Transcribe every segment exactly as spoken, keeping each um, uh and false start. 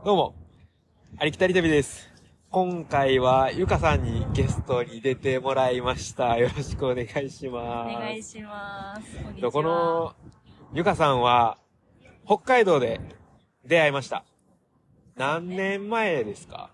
どうも、ありきたり旅です。今回はゆかさんにゲストに出てもらいました。よろしくお願いします。 お願いします。こんにちは。 このゆかさんは北海道で出会いました。何年前ですか？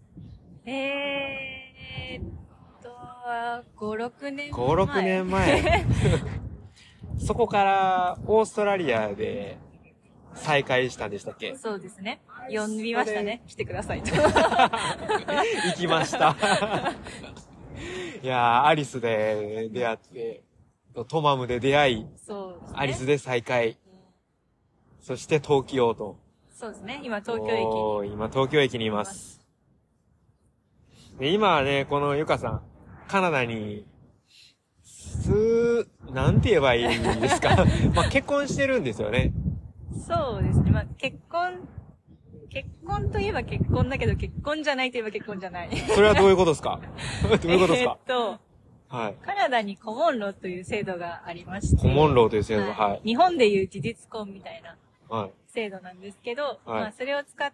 えーっと、ご、ろくねんまえ。 ご、ろくねんまえ。そこからオーストラリアで再会したんでしたっけ？ そうですね。呼びましたね。来てくださいと。 行きました。いやー、アリスで出会って、トマムで出会い、 そうですね、 アリスで再会、うん、そして東京と。 そうですね。今東京駅に。 今東京駅にいます。で今はね、このゆかさん、カナダに、す、なんて言えばいいんですか？まあ結婚してるんですよね。 そうですね。まあ結婚、結婚といえば結婚だけど結婚じゃないといえば結婚じゃない。 それはどういうことですか？どういうことですか？ えーっと、 はい。 カナダにコモンローという制度がありまして。 コモンローという制度が、はい。はい、 日本でいう事実婚みたいな制度なんですけど、はい、まあそれを使って、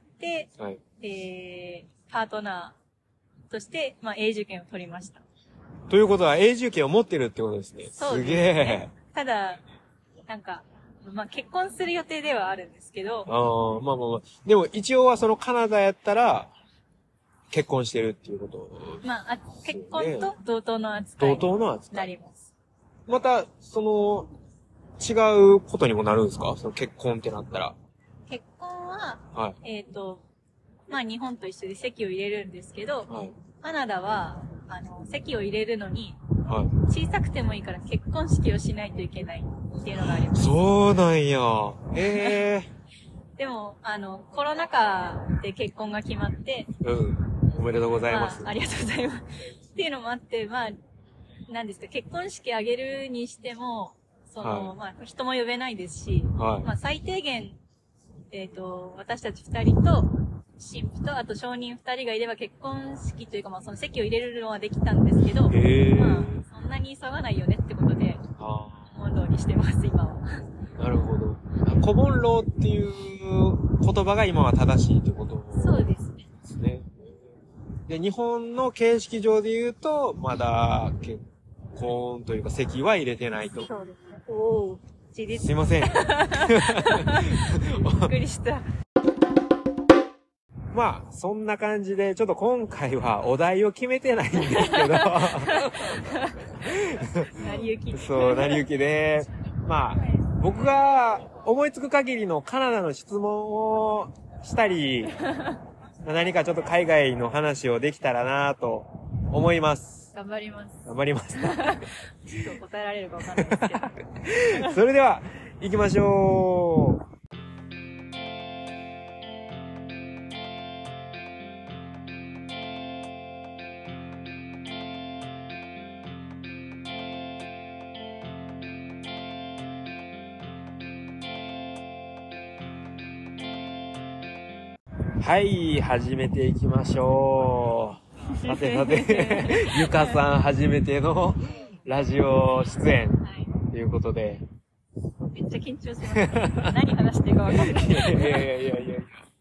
はい、えー、パートナーとして、まあ永住権を取りました。 ということは永住権を持ってるってことですね。 そうですね。すげえ。ただ、なんか、まあ結婚する予定ではあるんですけど。 ああ、まあまあまあ。でも一応はそのカナダやったら、結婚してるっていうこと、ね。 まあ、あ結婚と同等の扱い同等の扱いになります。 また、その、違うことにもなるんですか？その結婚ってなったら。 結婚は、 はい、 えっと、まあ日本と一緒で籍を入れるんですけど、はい、カナダは、あの、籍を入れるのに、はい、小さくてもいいから結婚式をしないといけないっていうのがあります。 そうなんや。へえ。 でも、あの、コロナ禍で結婚が決まって、 うん。おめでとうございます。 まあ、ありがとうございます。っていうのもあって、まあ、なんですか、結婚式あげるにしても、その、はい、まあ、人も呼べないですし、はい、まあ、最低限、えっと、私たち二人と、新婦と、あと証人二人がいれば結婚式というか、まあ、その席を入れるのはできたんですけど、まあ、そんなに急がないよねってことで、コモンローにしてます、今は。 なるほど。コモンローっていう言葉が今は正しいということですね。 そうですね。 ですね。で、日本の形式上で言うと、まだ結婚というか籍は入れてないと。 そうですね。おー、自立。 すいません。びっくりした。 まあ、そんな感じで、ちょっと今回はお題を決めてないんですけど。 成り行き。 そう、成り行きで、まあ、僕が思いつく限りのカナダの質問をしたり、何かちょっと海外の話をできたらなと思います。 頑張ります。 頑張ります。 ちょっと答えられるかわかんないですけど。 それでは、行きましょう。はい、始めていきましょう。さてさて、ゆかさん初めてのラジオ出演ということで。 はい、めっちゃ緊張します。何話していいかわかんない。いやいやいやいやいや。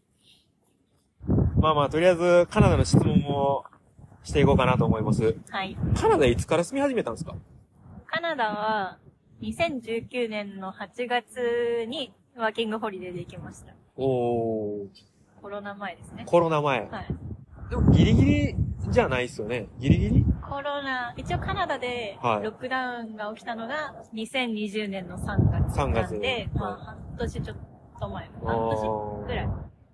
まあまあ、とりあえずカナダの質問をしていこうかなと思います。 はい。 カナダいつから住み始めたんですか？ カナダはにせんじゅうきゅうねんのはちがつにワーキングホリデーで行きました。 おー。 コロナ前ですね。 コロナ前。 はい。 でもギリギリじゃないっすよね。ギリギリ？ コロナ、一応カナダでロックダウンが起きたのがにせんにじゅうねんのさんがつなんで、さんがつ、まあ半年ちょっと前、半年ぐらい。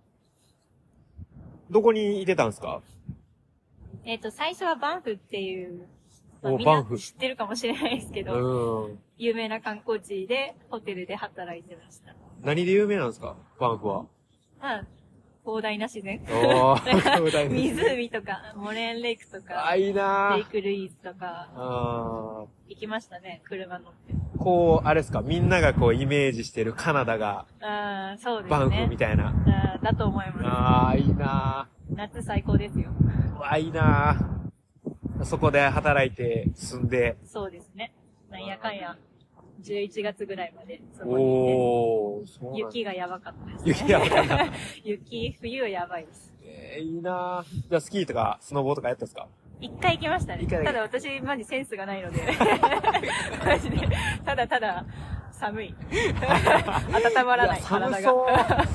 どこにいてたんですか？ えっと、最初はバンフっていう、まあ、みんな知ってるかもしれないですけど、有名な観光地でホテルで働いてました。 何で有名なんですか？バンフは。 まあ、広大な自然。 おー湖とか、モレーンレイクとか、 あ、いいなレイクルイーズとか、あ行きましたね、車乗って。 こう、あれですか、みんながこうイメージしてるカナダが、 あそうですね。 バンフみたいな。 あだと思います。 ああ、いいな夏最高ですよ。 うわ、いいなそこで働いて、住んで。 そうですね。なんやかんや。 じゅういちがつぐらいまでそこにいて。 おー、 雪がやばかったです、ね。 雪やばかった。 雪、冬はやばいです。 えー、いいなぁ。じゃあスキーとかスノボーとかやったんですか？ 一回行きましたね。ただ私、マジセンスがないので。マジで。ただただ、寒い。温まらない、体が。 寒そう。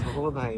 そうなんや。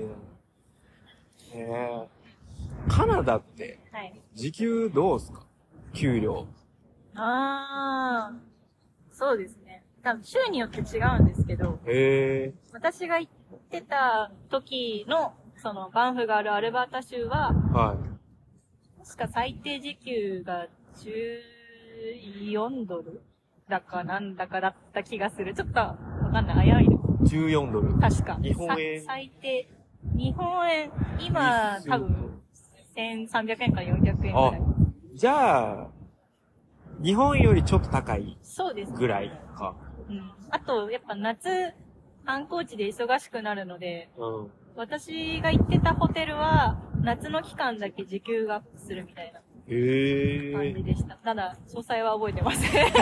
えー、カナダって、時給どうすか？給料。 あー、そうですね。多分州によって違うんですけど。へー。私が行ってた時の、その、バンフがあるアルバータ州は、はい。確か最低時給がじゅうよんドルだかなんだかだった気がする。ちょっとわかんない。危ういの。 じゅうよんドル。 確か。 日本円。 最低。日本円、今多分せんさんびゃくえんからよんひゃくえんぐらい。 じゃあ、日本よりちょっと高い。 そうです。 ぐらいか。 うん。あと、やっぱ夏、観光地で忙しくなるので、うん、私が行ってたホテルは、夏の期間だけ時給がアップするみたいな感じでした。ただ、詳細は覚えてません。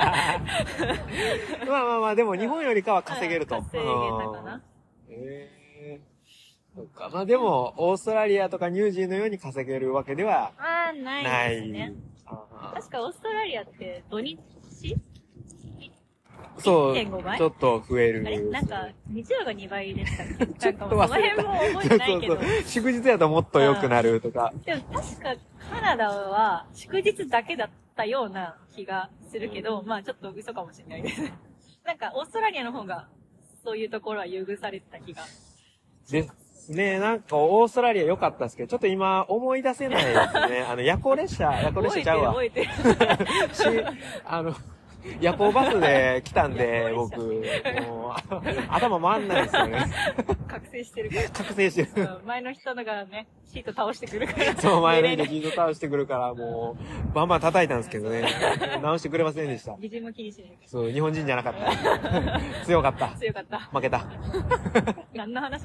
まあまあまあ、でも日本よりかは稼げると。 稼げたかな。 へえー。そっか。まあでも、オーストラリアとかニュージーのように稼げるわけではない。ないですね。確かオーストラリアって土日そう、 いってんごばいちょっと増える。 あれなんか、日曜がにばいでしたっけちょっと忘れた。その辺も覚えてないけど。そうそう。 祝日やともっと良くなるとか。 でも確かカナダは祝日だけだったような気がするけど、まあちょっと嘘かもしれないです。なんか、オーストラリアの方が、そういうところは優遇されてた気が。 ですね。なんか、オーストラリア良かったですけど、ちょっと今思い出せないですね。あの、夜行列車、夜行列車ちゃうわ。 覚えてる、覚えてる。 し、あの、夜行バスで来たんで、僕、もう、頭回んないですよね。 覚醒してるから。 覚醒してる。 前の人のがね、シート倒してくるから。 そう、前の人シート倒してくるから、もう、バンバン叩いたんですけどね。直してくれませんでした。 美人も気にしない。 そう、日本人じゃなかった。強かった。 強かった。 負けた。 何の話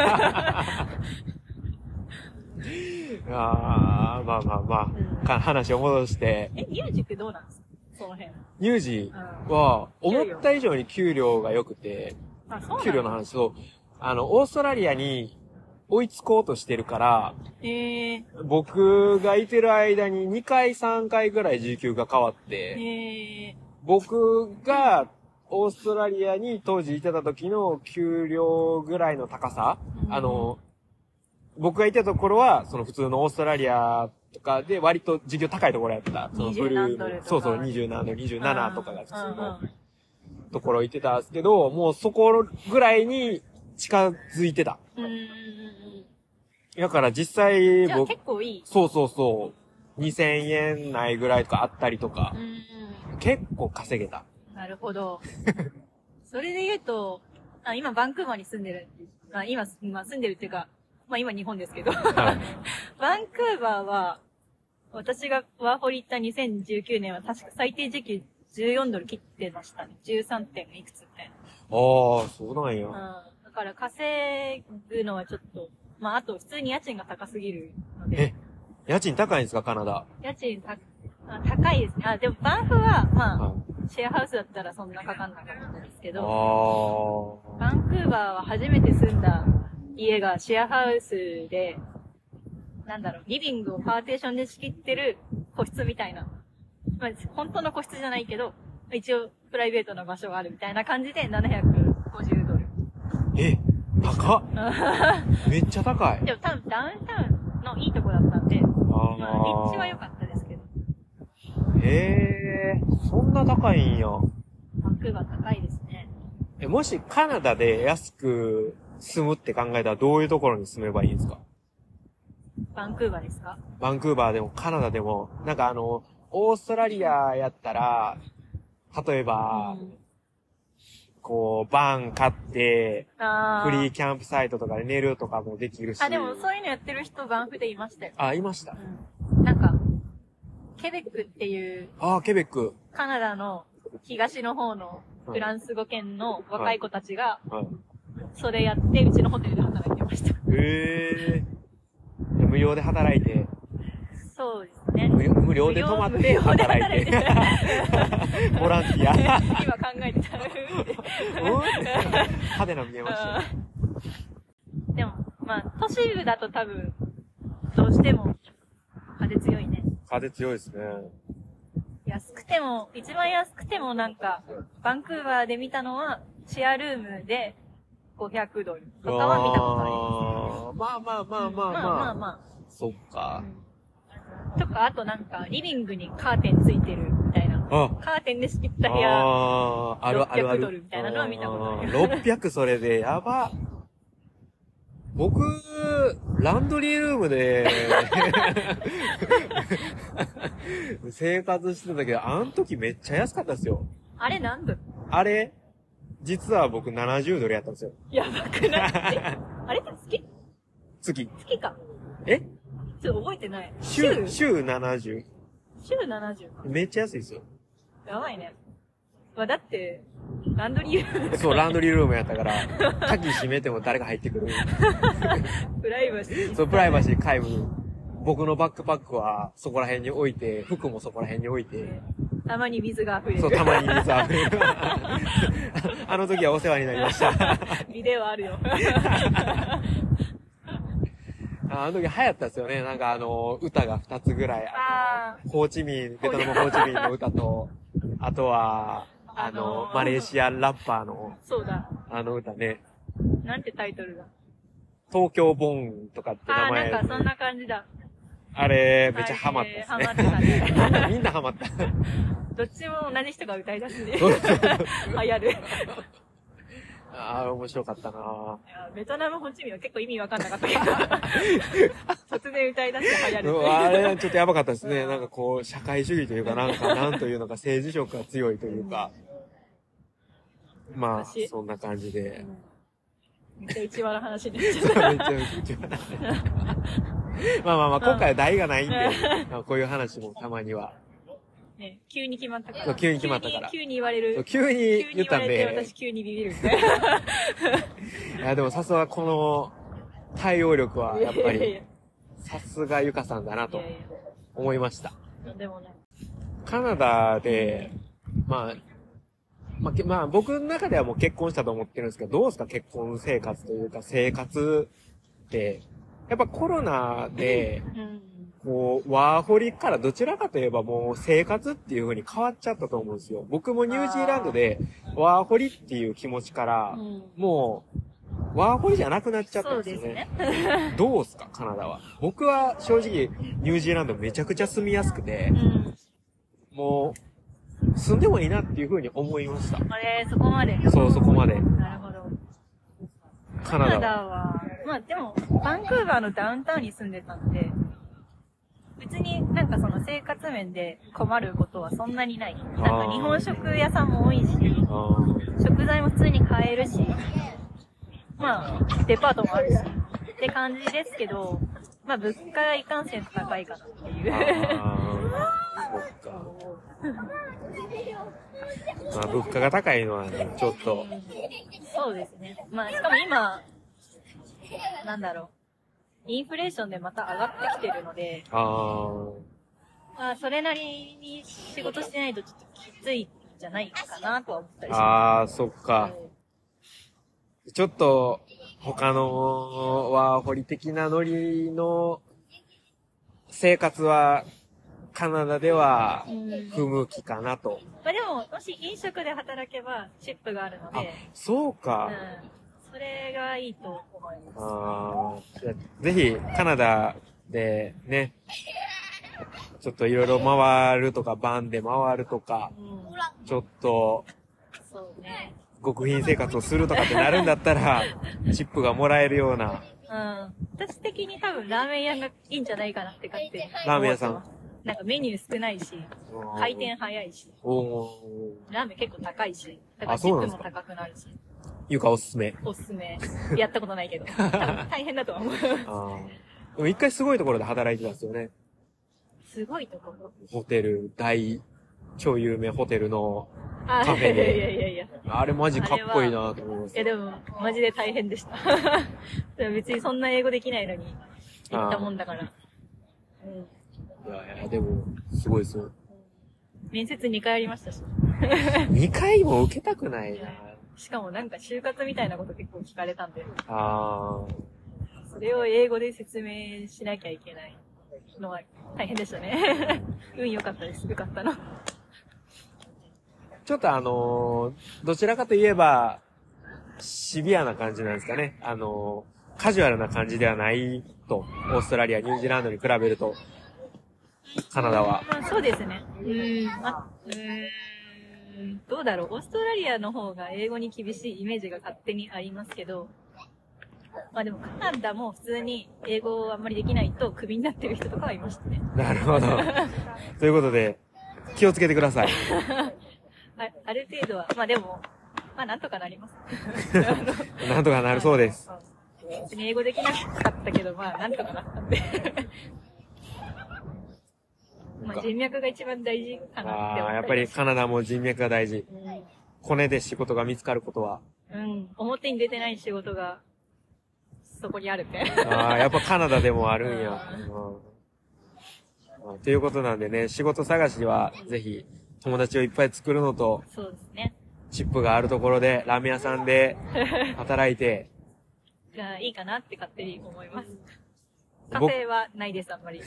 あー、まあまあまあ、うん、話を戻して。 え、ミュージックどうなんですかその辺。 ニュージーは、思った以上に給料が良くて、 あ、そう給料の話を、あの、オーストラリアに追いつこうとしてるから、 えー、 僕がいてる間ににかいさんかいぐらい時給が変わって、 えー、 僕がオーストラリアに当時いてた時の給料ぐらいの高さ、うん、あの、僕がいたところは、その普通のオーストラリアとかで割と時給高いところやった。そのブルー、そうそう、にじゅうななドル、にじゅうななとかが普通のところ行ってたんですけど、もうそこぐらいに近づいてた。 うん。 だから実際僕、結構いい。 そうそうそう、にせんえんないぐらいとかあったりとか、うん、結構稼げた。 なるほど。それで言うと、あ今バンクーバーに住んでる。あ今、今住んでるっていうか、まあ今日本ですけど、はい、バンクーバーは、私がワーホリ行ったにせんじゅうきゅうねんは確か最低時給じゅうよんドル切ってましたね。じゅうさん. 点いくつみたいな。 ああ、そうなんや。うん。 だから稼ぐのはちょっと、まああと普通に家賃が高すぎるので。 え、家賃高いんですかカナダ？ 家賃たあ高いですね。あ、でもバンフは、まあ、はい、シェアハウスだったらそんなかかんなかったんですけど、あバンクーバーは初めて住んだ家がシェアハウスで、なんだろう、リビングをパーテーションで仕切ってる個室みたいな。まあ、本当の個室じゃないけど、一応プライベートな場所があるみたいな感じでななひゃくごじゅうドル。 え、高っめっちゃ高い。 でも多分ダウンタウンのいいとこだったんで、あまあ、立地は良かったですけど。 へー、そんな高いんや。 バンクーバー高いですね。 え、もしカナダで安く住むって考えたらどういうところに住めばいいんですか？ バンクーバーですか？ バンクーバーでもカナダでも、なんかあの、オーストラリアやったら、例えば、うん、こう、バン買って、フリーキャンプサイトとかで寝るとかもできるし。 あ、でもそういうのやってる人バンフでいましたよ。 あ、いました。 うん、なんか、ケベックっていう、 あ、ケベック。 カナダの東の方のフランス語圏の若い子たちが、はいはい、それやって、うちのホテルで働いてました。 へー。無料で働いて。 そうですね。 無無料で泊まって働いて。ボランティア。 今考えてた。 うん派手な見えました。 でも、まあ、都市部だと多分、どうしても、風強いね。 風強いですね。 安くても、一番安くてもなんか、バンクーバーで見たのは、シェアルームでごひゃくドルとかは見たことあります。 まあまあまあまあまあ。 まあまあまあ。 そっか。 とか、あとなんか、リビングにカーテンついてるみたいな。カーテンで仕切った部屋、 ああ、あるあるある。 ろっぴゃくドルみたいなのは見たことある。 ろっぴゃくそれで、やば。僕、ランドリールームで、生活してたけど、あの時めっちゃ安かったですよ。 あれ何ドル？ あれ実は僕ななじゅうドルやったんですよ。 やばくない？あれって月？ 月。 月か。 え？ ちょっと覚えてない。 週、週ななじゅう。 週ななじゅう。 めっちゃ安いですよ。 やばいね。まあ、だって、ランドリールーム。 そう、ランドリールームやったから、鍵閉めても誰が入ってくる。 プライバシー。 そう、プライバシー皆無。僕のバックパックはそこら辺に置いて、服もそこら辺に置いて。 たまに水が溢れる。 そう、たまに水溢れる。あの時はお世話になりました。 ビデオあるよ。 あの時流行ったんですよね。なんかあの、歌が二つぐらい。あの、ホーチミン、ベトナムホーチミンの歌と、あとは、あの、マレーシアラッパーの、 そうだ。 あの歌ね。 なんてタイトルだ？ 東京ボーンとかって名前。 あ、なんかそんな感じだ。 あれ、めっちゃハマったですね。 ハマってたね。 みんなハマった。 どっちも同じ人が歌い出すね。流行る。 ああ、面白かったな。いや、ベトナムホーチミンは結構意味わかんなかったけど。突然歌い出して流行る。 あれ、ちょっとやばかったですね。なんかこう、社会主義というか、なんか、なんというのか、政治色が強いというか。まあ、そんな感じで。 めっちゃ内輪の話になっちゃった。めっちゃ内輪。まあまあまあ、今回は題がないんで、こういう話もたまには。 ね、急に決まったから。 急に決まったから。 急に言われる。 急に言ったんで。 私急にビビる。いや、でもさすがこの対応力はやっぱり、さすがゆかさんだなと思いました。 でもね。 カナダで、まあ、まあ、まあ僕の中ではもう結婚したと思ってるんですけど、どうですか結婚生活というか生活って、やっぱコロナで、うんこう、ワーホリからどちらかといえばもう生活っていう風に変わっちゃったと思うんですよ。僕もニュージーランドでワーホリっていう気持ちから、うん、もう、ワーホリじゃなくなっちゃったんですよね。そうですね。どうすか、カナダは。僕は正直、ニュージーランドめちゃくちゃ住みやすくて、うん、もう、住んでもいいなっていう風に思いました。 あれ、そこまで。 そう、そこまで。 なるほど。カナダは。カナダは、まあでも、バンクーバーのダウンタウンに住んでたんで、別になんかその生活面で困ることはそんなにない。なんか日本食屋さんも多いし、食材も普通に買えるし、まあ、デパートもあるし、って感じですけど、まあ物価がいかんせん高いかなっていう。 あそっか。まあ物価が高いのはね、ちょっと。 そうですね。まあしかも今、なんだろう。インフレーションでまた上がってきてるので、ああ、それなりに仕事してないとちょっときついんじゃないかなとは思ったりします。 ああ、そっか。うん、ちょっと、他のワーホリ的なノリの生活は、カナダでは不向きかなと。 うん、まあでも、もし飲食で働けばチップがあるので。 あ、そうか。 うんそれがいいと思います。 ああ、ぜひカナダでね、ちょっといろいろ回るとか、バンで回るとか、うん、ちょっと、 そうね。 極貧生活をするとかってなるんだったら、チップがもらえるような。 うん。私的に多分ラーメン屋がいいんじゃないかなって感じで。 ラーメン屋さん。 なんかメニュー少ないし、回転早いし、おラーメン結構高いし、だからチップも高くなるし。 ゆかおすすめ。 おすすめ。やったことないけど。多分大変だとは思う。あでも一回すごいところで働いてたんですよね。 すごいところホテル、大、超有名ホテルのカフェで。 いやいやいや。 あれマジかっこいいなと思います。 いやでも、マジで大変でした。別にそんな英語できないのに、行ったもんだから。うん。 いやいや、でも、すごいですよ。 面接にかいありましたし。 にかいも受けたくないな。 しかもなんか就活みたいなこと結構聞かれたんで。 ああ。 それを英語で説明しなきゃいけないのは大変でしたね。運良かったです。受かったの。 ちょっとあのー、どちらかといえば、シビアな感じなんですかね。あのー、カジュアルな感じではないと、オーストラリア、ニュージーランドに比べると、カナダは。 まあそうですね。うーん、ま、うーん、どうだろう。オーストラリアの方が英語に厳しいイメージが勝手にありますけど、まあでもカナダも普通に英語をあんまりできないとクビになってる人とかはいましたね。 なるほど。ということで、気をつけてください。 あ, ある程度は、まあでも、まあなんとかなります。 なんとかなるそうです。 別に英語できなかったけど、まあなんとかなったんで。まあ人脈が一番大事かなって思ったり。 ああ、やっぱりカナダも人脈が大事。 うん、 コネで仕事が見つかることは。 うん。表に出てない仕事が、そこにあるって。 ああ、やっぱカナダでもあるんや。うん、ということなんでね、仕事探しはぜひ友達をいっぱい作るのと、 そうですね。 チップがあるところでラーメン屋さんで働いて、 がいいかなって勝手に思います。カフェはないです、あんまり。ち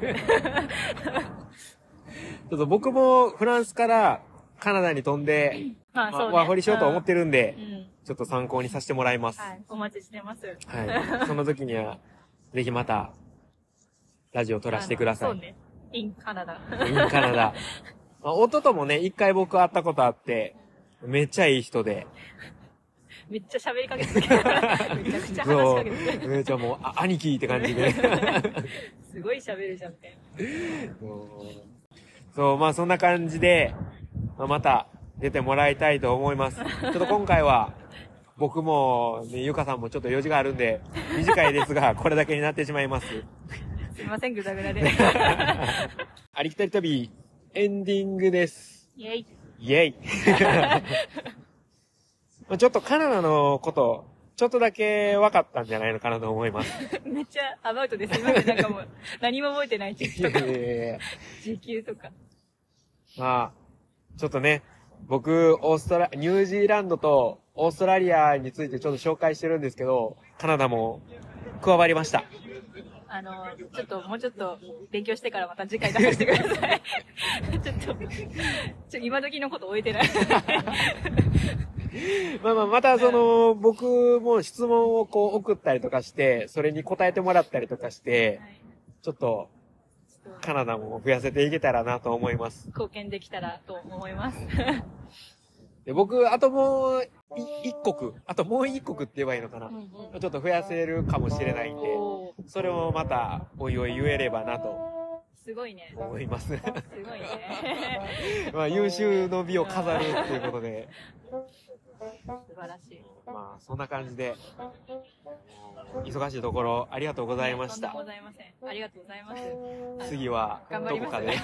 ょっと僕もフランスからカナダに飛んで、 まあそうね、 ワーホリしようと思ってるんで、 うん、 ちょっと参考にさせてもらいます。 はい、お待ちしてます。 はい。その時には、ぜひまた、ラジオ撮らせてください。 そうね。in カナダ。 in カナダ。まあ、夫ともね、一回僕会ったことあって、めっちゃいい人で。 めっちゃ喋りかけてたけど、めちゃくちゃ話しかけてた。 めっちゃもう、あ、兄貴って感じで。 すごい喋るじゃんみたいな。 そう、まあそんな感じで、まあ、また出てもらいたいと思います。ちょっと今回は、僕も、ね、ゆかさんもちょっと用事があるんで、短いですが、これだけになってしまいます。 すいません、ぐだぐだで。 ありきたり旅、エンディングです。 イェイ。 イェイ。ちょっとカナダのこと、ちょっとだけ分かったんじゃないのかなと思います。 めっちゃアバウトです。今までなんかもう、何も覚えてない時期とか。時給とか。 まあ、ちょっとね、僕、オーストラ、ニュージーランドとオーストラリアについてちょっと紹介してるんですけど、カナダも加わりました。 あの、ちょっと、もうちょっと勉強してからまた次回出させてください。ちょっと、ちょ今時のこと終えてない。 まあまあ、またその、僕も質問をこう送ったりとかして、それに答えてもらったりとかして、はい、ちょっと、カナダも増やせていけたらなと思います。 貢献できたらと思います。 で僕、あともう一国、あともう一国って言えばいいのかな、うんうん。ちょっと増やせるかもしれないんで、それをまたおいおい言えればなと。 すごいね。 思います。すごいね。 まあ優秀の美を飾るっていうことで。 素晴らしい。 まあそんな感じで、忙しいところありがとうございました。 とんでもございません。ありがとうございます。 次はどこかで。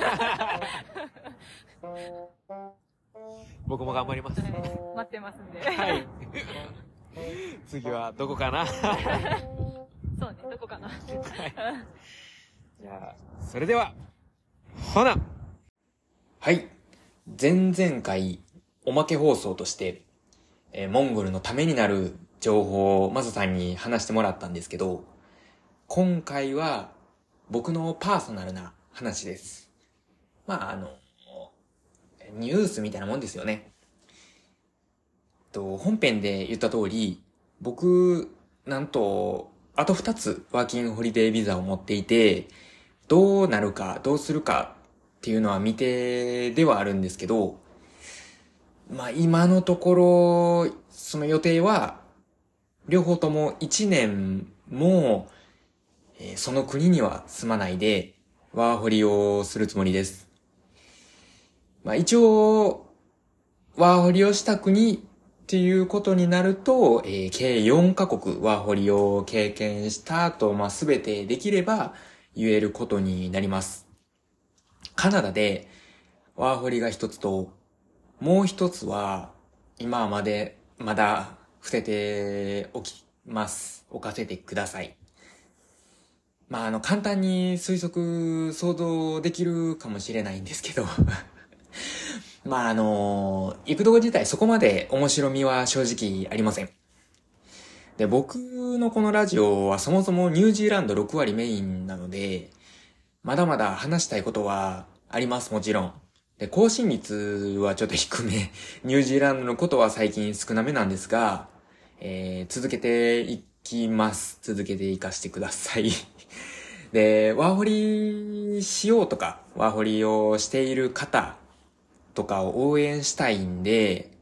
僕も頑張ります。 待ってますんで。 はい。次はどこかな。 そうね、どこかな。はい。 じゃあ、それでは、ほな。はい。前々回、おまけ放送として、えー、モンゴルのためになる情報をマサさんに話してもらったんですけど、今回は僕のパーソナルな話です。まあ、あの、ニュースみたいなもんですよね。と、本編で言った通り、僕、なんと、あと二つワーキングホリデービザを持っていて、どうなるか、どうするかっていうのは未定ではあるんですけど、まあ今のところ、その予定は、両方とも一年も、えー、その国には住まないで、ワーホリをするつもりです。まあ一応、ワーホリをした国っていうことになると、えー、計よんカ国ワーホリを経験した後、まあ全てできれば言えることになります。カナダでワーホリが一つと、もう一つは今までまだ伏せておきます。置かせてください。 まあ、あの、簡単に推測、想像できるかもしれないんですけど、まあ、あの、幾度自体そこまで面白みは正直ありません。で、僕のこのラジオはそもそもニュージーランドろく割メインなので、まだまだ話したいことはあります、もちろん。で、更新率はちょっと低め、ニュージーランドのことは最近少なめなんですが、えー、続けていきます。続けていかしてください。で、ワーホリしようとか、ワーホリをしている方とかを応援したいんで、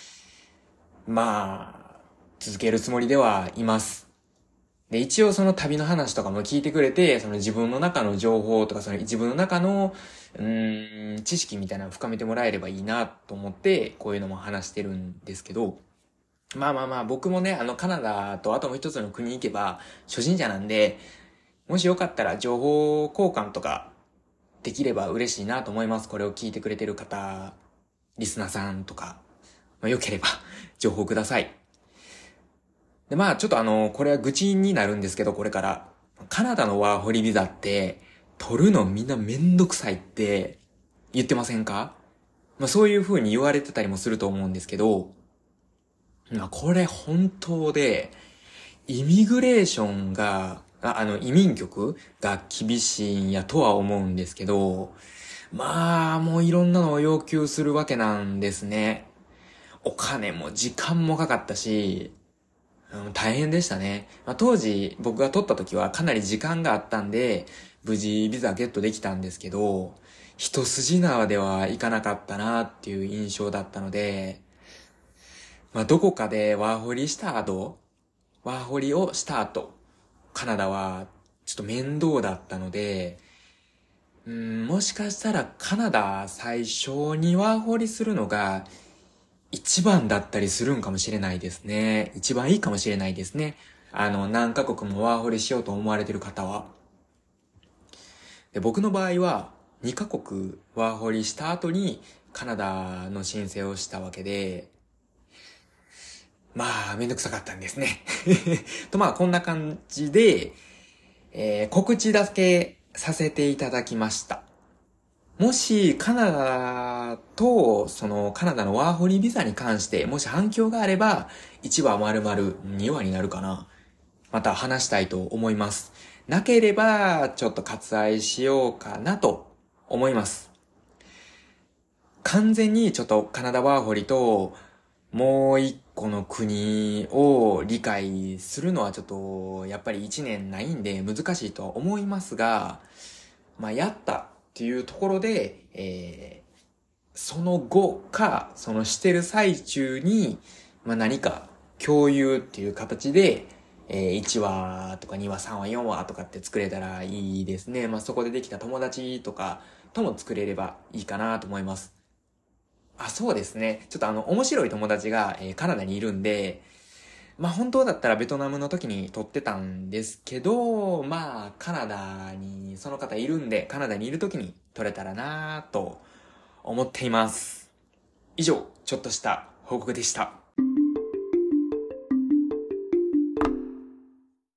まあ、続けるつもりではいます。で、一応その旅の話とかも聞いてくれて、その自分の中の情報とか、その自分の中の、うーん、知識みたいなのを深めてもらえればいいなと思って、こういうのも話してるんですけど、まあまあまあ、僕もね、あの、カナダとあともう一つの国行けば、初心者なんで、もしよかったら情報交換とかできれば嬉しいなと思います。これを聞いてくれてる方、リスナーさんとか、まあ、よければ情報ください。で、まあちょっとあの、これは愚痴になるんですけど、これから。カナダのワーホリビザって、取るのみんなめんどくさいって言ってませんか？まあそういう風に言われてたりもすると思うんですけど、まあこれ本当で、イミグレーションが、あ、あの移民局が厳しいんやとは思うんですけど、まあもういろんなのを要求するわけなんですね。お金も時間もかかったし、うん、大変でしたね。まあ、当時僕が取った時はかなり時間があったんで、無事ビザゲットできたんですけど、一筋縄ではいかなかったなっていう印象だったので、まあ、どこかでワーホリした後、ワーホリをした後、カナダはちょっと面倒だったので、うん、もしかしたらカナダ最初にワーホリするのが一番だったりするんかもしれないですね。一番いいかもしれないですね。あの、何カ国もワーホリしようと思われてる方は。で、僕の場合はにカ国ワーホリした後にカナダの申請をしたわけで、まあ、めんどくさかったんですね。と、まあ、こんな感じで、えー、告知だけさせていただきました。もし、カナダと、その、カナダのワーホリビザに関して、もし反響があれば、いちわ丸々にわになるかな。また話したいと思います。なければ、ちょっと割愛しようかなと思います。完全にちょっとカナダワーホリと、もう一個の国を理解するのはちょっと、やっぱり一年ないんで難しいとは思いますが、まあ、やったっていうところで、えー、その後か、そのしてる最中に、まあ、何か共有っていう形で、えー、いちわとかにわ、さんわ、よんわとかって作れたらいいですね。まあ、そこでできた友達とかとも作れればいいかなと思います。あ、そうですね。ちょっとあの、面白い友達が、えー、カナダにいるんで、まあ本当だったらベトナムの時に撮ってたんですけど、まあカナダにその方いるんで、カナダにいる時に撮れたらなぁと思っています。以上、ちょっとした報告でした。